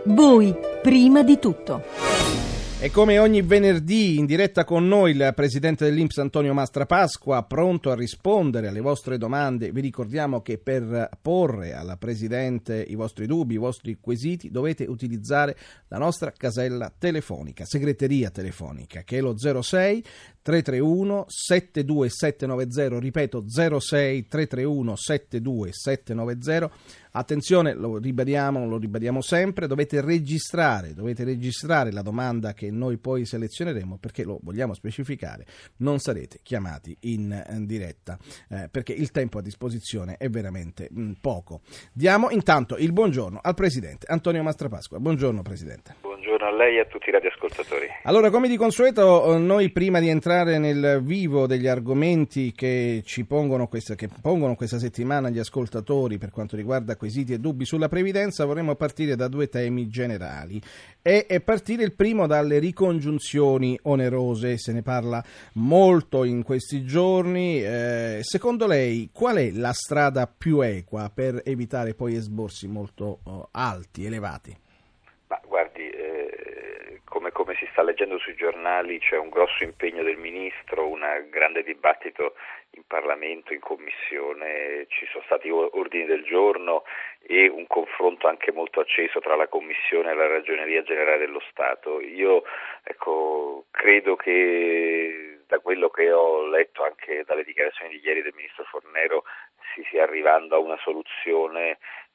Voi, prima di tutto. E come ogni venerdì in diretta con noi il presidente dell'INPS Antonio Mastrapasqua, pronto a rispondere alle vostre domande. Vi ricordiamo che per porre alla presidente i vostri dubbi, i vostri quesiti, dovete utilizzare la nostra casella telefonica, segreteria telefonica, che è lo 06 331 72790, ripeto 06 331 72790. Attenzione, lo ribadiamo sempre, dovete registrare la domanda che noi poi selezioneremo, perché lo vogliamo specificare, non sarete chiamati in diretta, perché il tempo a disposizione è veramente poco. Diamo intanto il buongiorno al presidente Antonio Mastrapasqua. Buongiorno presidente. Buongiorno a lei e a tutti i radioascoltatori. Allora, come di consueto, noi prima di entrare nel vivo degli argomenti che pongono questa settimana gli ascoltatori per quanto riguarda quesiti e dubbi sulla previdenza, vorremmo partire da due temi generali e partire il primo dalle ricongiunzioni onerose. Se ne parla molto in questi giorni. Secondo lei qual è la strada più equa per evitare poi esborsi molto alti, elevati? Ma guardi, come si sta leggendo sui giornali, c'è un grosso impegno del Ministro, un grande dibattito in Parlamento, in Commissione, ci sono stati ordini del giorno e un confronto anche molto acceso tra la Commissione e la Ragioneria Generale dello Stato. Io credo che da quello che ho letto anche dalle dichiarazioni di ieri del Ministro Fornero si stia arrivando a una soluzione.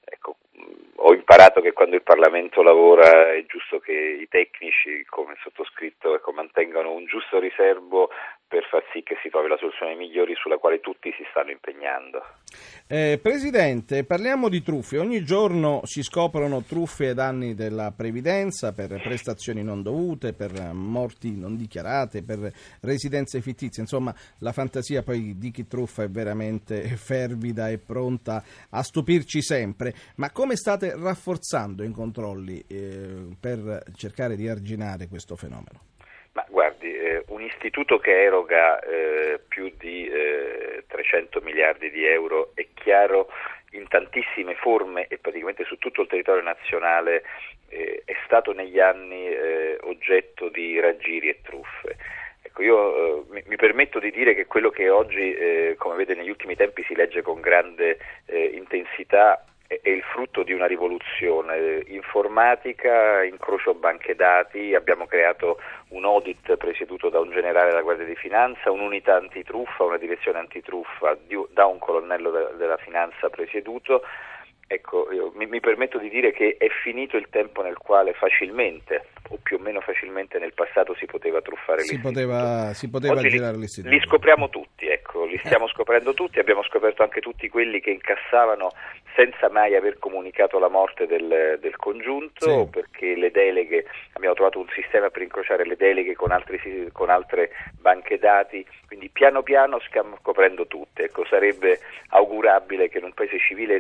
Ho imparato che quando il Parlamento lavora è giusto che i tecnici, come il sottoscritto, mantengano un giusto riservo per far sì che si trovi la soluzione migliore sulla quale tutti si stanno impegnando. Presidente, parliamo di truffe. Ogni giorno si scoprono truffe ai danni della previdenza per prestazioni non dovute, per morti non dichiarate, per residenze fittizie. Insomma, la fantasia poi di chi truffa è veramente fervida e pronta a stupirci sempre. Ma come state rafforzando i controlli per cercare di arginare questo fenomeno? Ma guardi, un istituto che eroga più di 300 miliardi di euro, è chiaro, in tantissime forme e praticamente su tutto il territorio nazionale è stato negli anni oggetto di raggiri e truffe. Io mi permetto di dire che quello che oggi, come vede negli ultimi tempi, si legge con grande intensità è il frutto di una rivoluzione informatica, incrocio banche dati. Abbiamo creato un audit presieduto da un generale della Guardia di Finanza, un'unità antitruffa, una direzione antitruffa da un colonnello della Finanza presieduto. Io mi permetto di dire che è finito il tempo nel quale facilmente, o più o meno facilmente nel passato, si poteva truffare l'istituto. Si poteva Oggi girare l'istituto. Li scopriamo tutti, li stiamo scoprendo tutti. Abbiamo scoperto anche tutti quelli che incassavano senza mai aver comunicato la morte del congiunto, sì. Perché le deleghe, abbiamo trovato un sistema per incrociare le deleghe con altre banche dati, quindi piano piano stiamo scoprendo tutte. Sarebbe augurabile che in un paese civile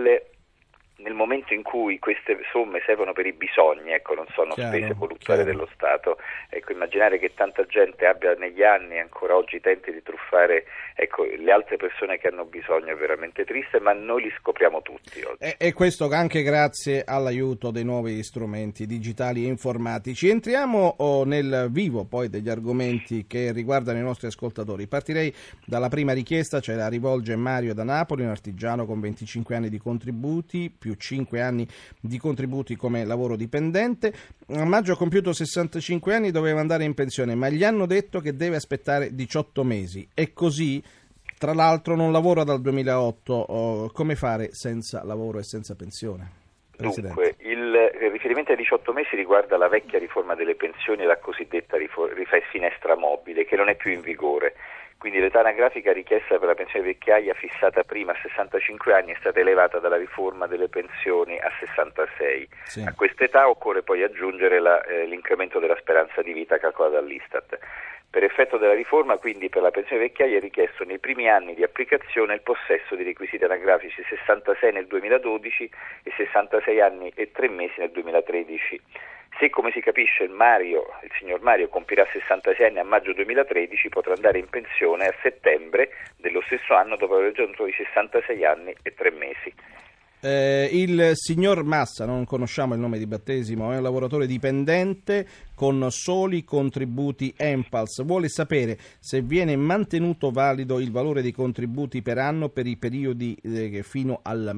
nel momento in cui queste somme servono per i bisogni, non sono spese volontarie dello Stato, immaginare che tanta gente abbia negli anni, ancora oggi tenti di truffare le altre persone che hanno bisogno, è veramente triste, ma noi li scopriamo tutti oggi. E questo anche grazie all'aiuto dei nuovi strumenti digitali e informatici. Entriamo nel vivo poi degli argomenti che riguardano i nostri ascoltatori. Partirei dalla prima richiesta, ce la rivolge Mario da Napoli, un artigiano con 25 anni di contributi, più 5 anni di contributi come lavoro dipendente. A maggio ha compiuto 65 anni, doveva andare in pensione, ma gli hanno detto che deve aspettare 18 mesi. E così, tra l'altro, non lavora dal 2008. Come fare senza lavoro e senza pensione? Presidente. Dunque, il riferimento ai 18 mesi riguarda la vecchia riforma delle pensioni, la cosiddetta finestra mobile, che non è più in vigore. Quindi l'età anagrafica richiesta per la pensione di vecchiaia, fissata prima a 65 anni, è stata elevata dalla riforma delle pensioni a 66. Sì. A quest'età occorre poi aggiungere l'incremento della speranza di vita calcolata dall'Istat. Per effetto della riforma, quindi, per la pensione di vecchiaia è richiesto nei primi anni di applicazione il possesso di requisiti anagrafici 66 nel 2012 e 66 anni e 3 mesi nel 2013. Se, come si capisce, il signor Mario compirà 66 anni a maggio 2013, potrà andare in pensione a settembre dello stesso anno dopo aver raggiunto i 66 anni e 3 mesi. Il signor Massa, non conosciamo il nome di battesimo, è un lavoratore dipendente con soli contributi Enpals. Vuole sapere se viene mantenuto valido il valore dei contributi per anno per i periodi fino al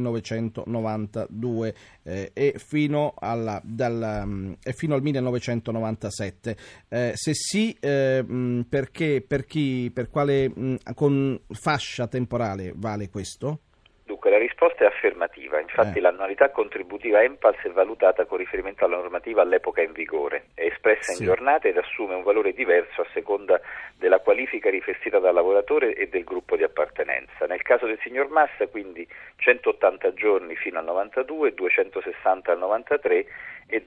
1992 e fino al 1997. Se sì, perché, per quale con fascia temporale vale questo? Dunque, la risposta è affermativa, infatti l'annualità contributiva Enpals è valutata con riferimento alla normativa all'epoca in vigore, è espressa in giornate ed assume un valore diverso a seconda della qualifica rivestita dal lavoratore e del gruppo di appartenenza. Nel caso del signor Massa, quindi 180 giorni fino al 92, 260 al 93 e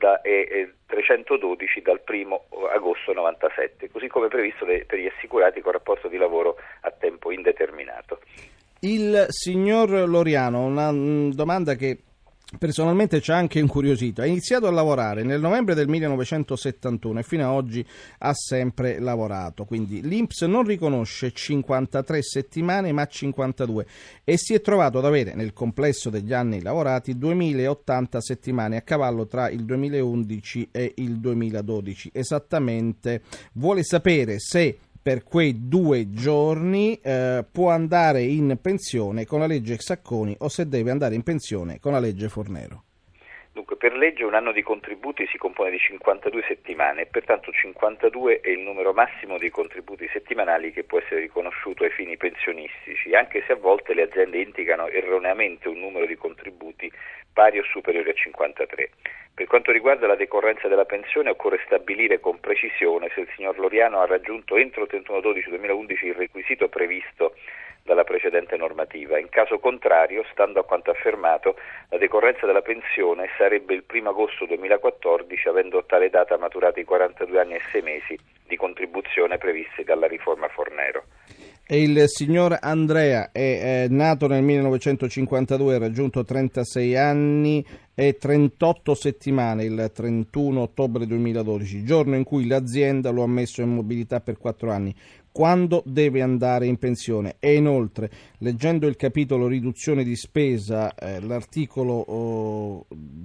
312 dal 1 agosto 97, così come previsto per gli assicurati con rapporto di lavoro a tempo indeterminato. Il signor Loriano, una domanda che personalmente ci ha anche incuriosito. Ha iniziato a lavorare nel novembre del 1971 e fino ad oggi ha sempre lavorato. Quindi l'INPS non riconosce 53 settimane ma 52 e si è trovato ad avere nel complesso degli anni lavorati 2080 settimane a cavallo tra il 2011 e il 2012. Esattamente, vuole sapere se per quei 2 giorni può andare in pensione con la legge Sacconi o se deve andare in pensione con la legge Fornero. Dunque, per legge un anno di contributi si compone di 52 settimane e pertanto 52 è il numero massimo di contributi settimanali che può essere riconosciuto ai fini pensionistici, anche se a volte le aziende indicano erroneamente un numero di contributi pari o superiore a 53. Per quanto riguarda la decorrenza della pensione, occorre stabilire con precisione se il signor Loriano ha raggiunto entro il 31/12/2011 il requisito previsto dalla precedente normativa. In caso contrario, stando a quanto affermato, la decorrenza della pensione sarebbe il 1 agosto 2014, avendo a tale data maturati i 42 anni e 6 mesi di contribuzione previsti dalla riforma Fornero. E il signor Andrea è nato nel 1952, ha raggiunto 36 anni e 38 settimane il 31 ottobre 2012, giorno in cui l'azienda lo ha messo in mobilità per 4 anni. Quando deve andare in pensione? E inoltre, leggendo il capitolo riduzione di spesa, l'articolo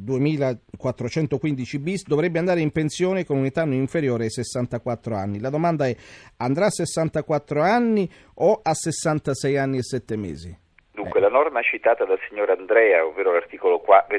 2415 bis, dovrebbe andare in pensione con un'età non inferiore ai 64 anni. La domanda è: andrà a 64 anni o a 66 anni e 7 mesi? Dunque, la norma citata dal signor Andrea, ovvero l'articolo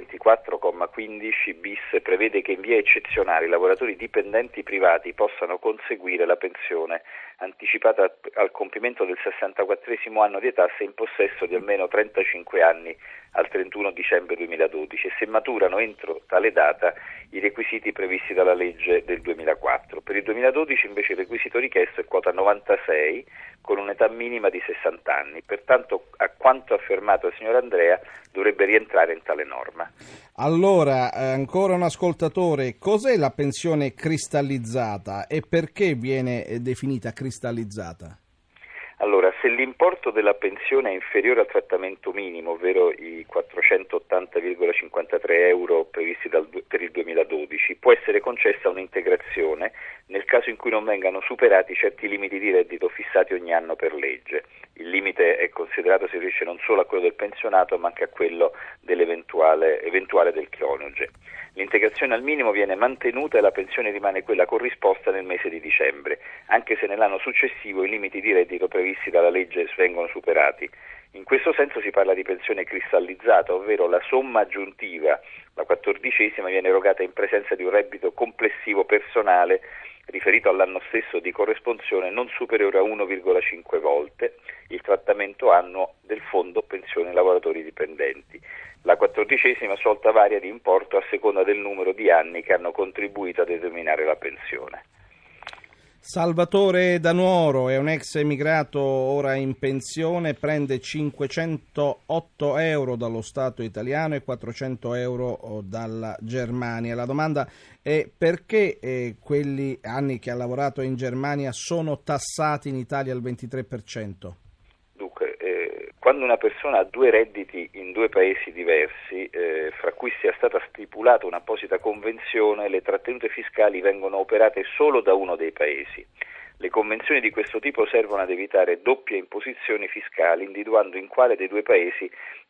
24,15 bis, prevede che in via eccezionale i lavoratori dipendenti privati possano conseguire la pensione anticipata al compimento del 64esimo anno di età se in possesso di almeno 35 anni al 31 dicembre 2012 e se maturano entro tale data i requisiti previsti dalla legge del 2004. Per il 2012 invece il requisito richiesto è quota 96 con un'età minima di 60 anni, pertanto a quanto affermato il signor Andrea dovrebbe rientrare in tale norma. Allora, ancora un ascoltatore, cos'è la pensione cristallizzata e perché viene definita cristallizzata? Allora, se l'importo della pensione è inferiore al trattamento minimo, ovvero i 480,53 euro previsti per il 2012, può essere concessa un'integrazione nel caso in cui non vengano superati certi limiti di reddito fissati ogni anno per legge. Il limite è considerato, si riferisce non solo a quello del pensionato ma anche a quello eventuale del coniuge. L'integrazione al minimo viene mantenuta e la pensione rimane quella corrisposta nel mese di dicembre, anche se nell'anno successivo i limiti di reddito previsti dalla legge vengono superati. In questo senso si parla di pensione cristallizzata, ovvero la somma aggiuntiva, la 14ª, viene erogata in presenza di un reddito complessivo personale riferito all'anno stesso di corresponsione non superiore a 1,5 volte il trattamento annuo del fondo pensione lavoratori dipendenti. La 14ª svolta varia di importo a seconda del numero di anni che hanno contribuito a determinare la pensione. Salvatore da Nuoro è un ex emigrato ora in pensione, prende 508 euro dallo Stato italiano e 400 euro dalla Germania. La domanda è perché quelli anni che ha lavorato in Germania sono tassati in Italia al 23%? Quando una persona ha 2 redditi in 2 paesi diversi, fra cui sia stata stipulata un'apposita convenzione, le trattenute fiscali vengono operate solo da uno dei paesi. Le convenzioni di questo tipo servono ad evitare doppie imposizioni fiscali, individuando in quale dei 2 paesi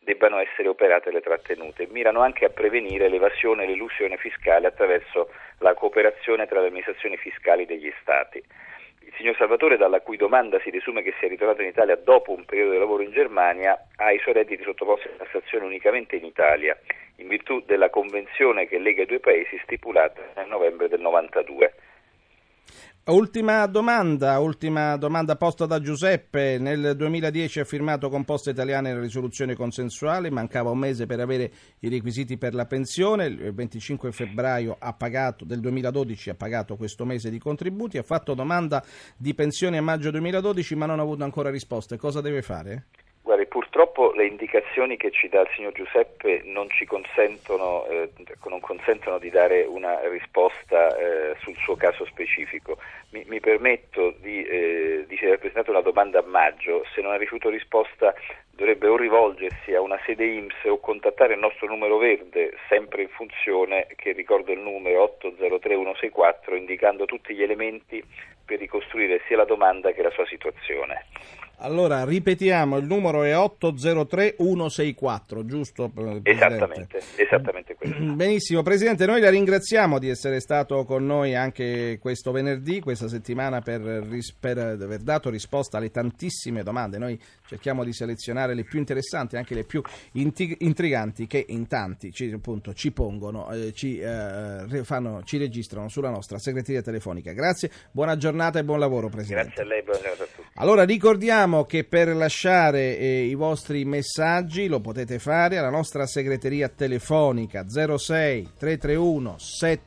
debbano essere operate le trattenute. Mirano anche a prevenire l'evasione e l'elusione fiscale attraverso la cooperazione tra le amministrazioni fiscali degli Stati. Il signor Salvatore, dalla cui domanda si desume che sia ritornato in Italia dopo un periodo di lavoro in Germania, ha i suoi redditi sottoposti a tassazione unicamente in Italia, in virtù della convenzione che lega i due paesi stipulata nel novembre del 92. Ultima domanda posta da Giuseppe. Nel 2010 ha firmato con Poste Italiane la risoluzione consensuale, mancava un mese per avere i requisiti per la pensione, il 25 febbraio del 2012 ha pagato questo mese di contributi, ha fatto domanda di pensione a maggio 2012 ma non ha avuto ancora risposte. Cosa deve fare? Guardi, purtroppo le indicazioni che ci dà il signor Giuseppe non consentono di dare una risposta sul suo caso specifico. Mi permetto di aver presentato una domanda a maggio. Se non ha ricevuto risposta dovrebbe o rivolgersi a una sede INPS o contattare il nostro numero verde, sempre in funzione, che ricordo il numero 803164, indicando tutti gli elementi per ricostruire sia la domanda che la sua situazione. Allora, ripetiamo, il numero è 803164, giusto? Esattamente questo. Benissimo, Presidente, noi la ringraziamo di essere stato con noi anche questo venerdì, questa settimana, per aver dato risposta alle tantissime domande. Noi cerchiamo di selezionare le più interessanti, anche le più intriganti, che in tanti ci pongono, ci registrano sulla nostra segreteria telefonica. Grazie, buona giornata e buon lavoro, Presidente. Grazie a lei, buona giornata a tutti. Allora, ricordiamo che per lasciare i vostri messaggi lo potete fare alla nostra segreteria telefonica 06 331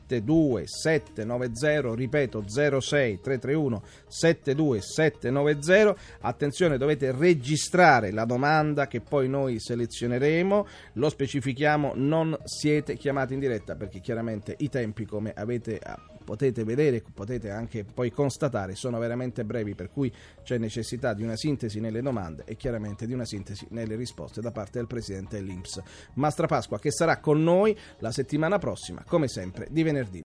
72790, ripeto 06 331 72790. Attenzione, dovete registrare la domanda che poi noi selezioneremo, lo specifichiamo, non siete chiamati in diretta perché chiaramente i tempi, come potete vedere, potete anche poi constatare, sono veramente brevi, per cui c'è necessità di una sintesi nelle domande e chiaramente di una sintesi nelle risposte da parte del Presidente dell'INPS Mastrapasqua, che sarà con noi la settimana prossima, come sempre, di venerdì.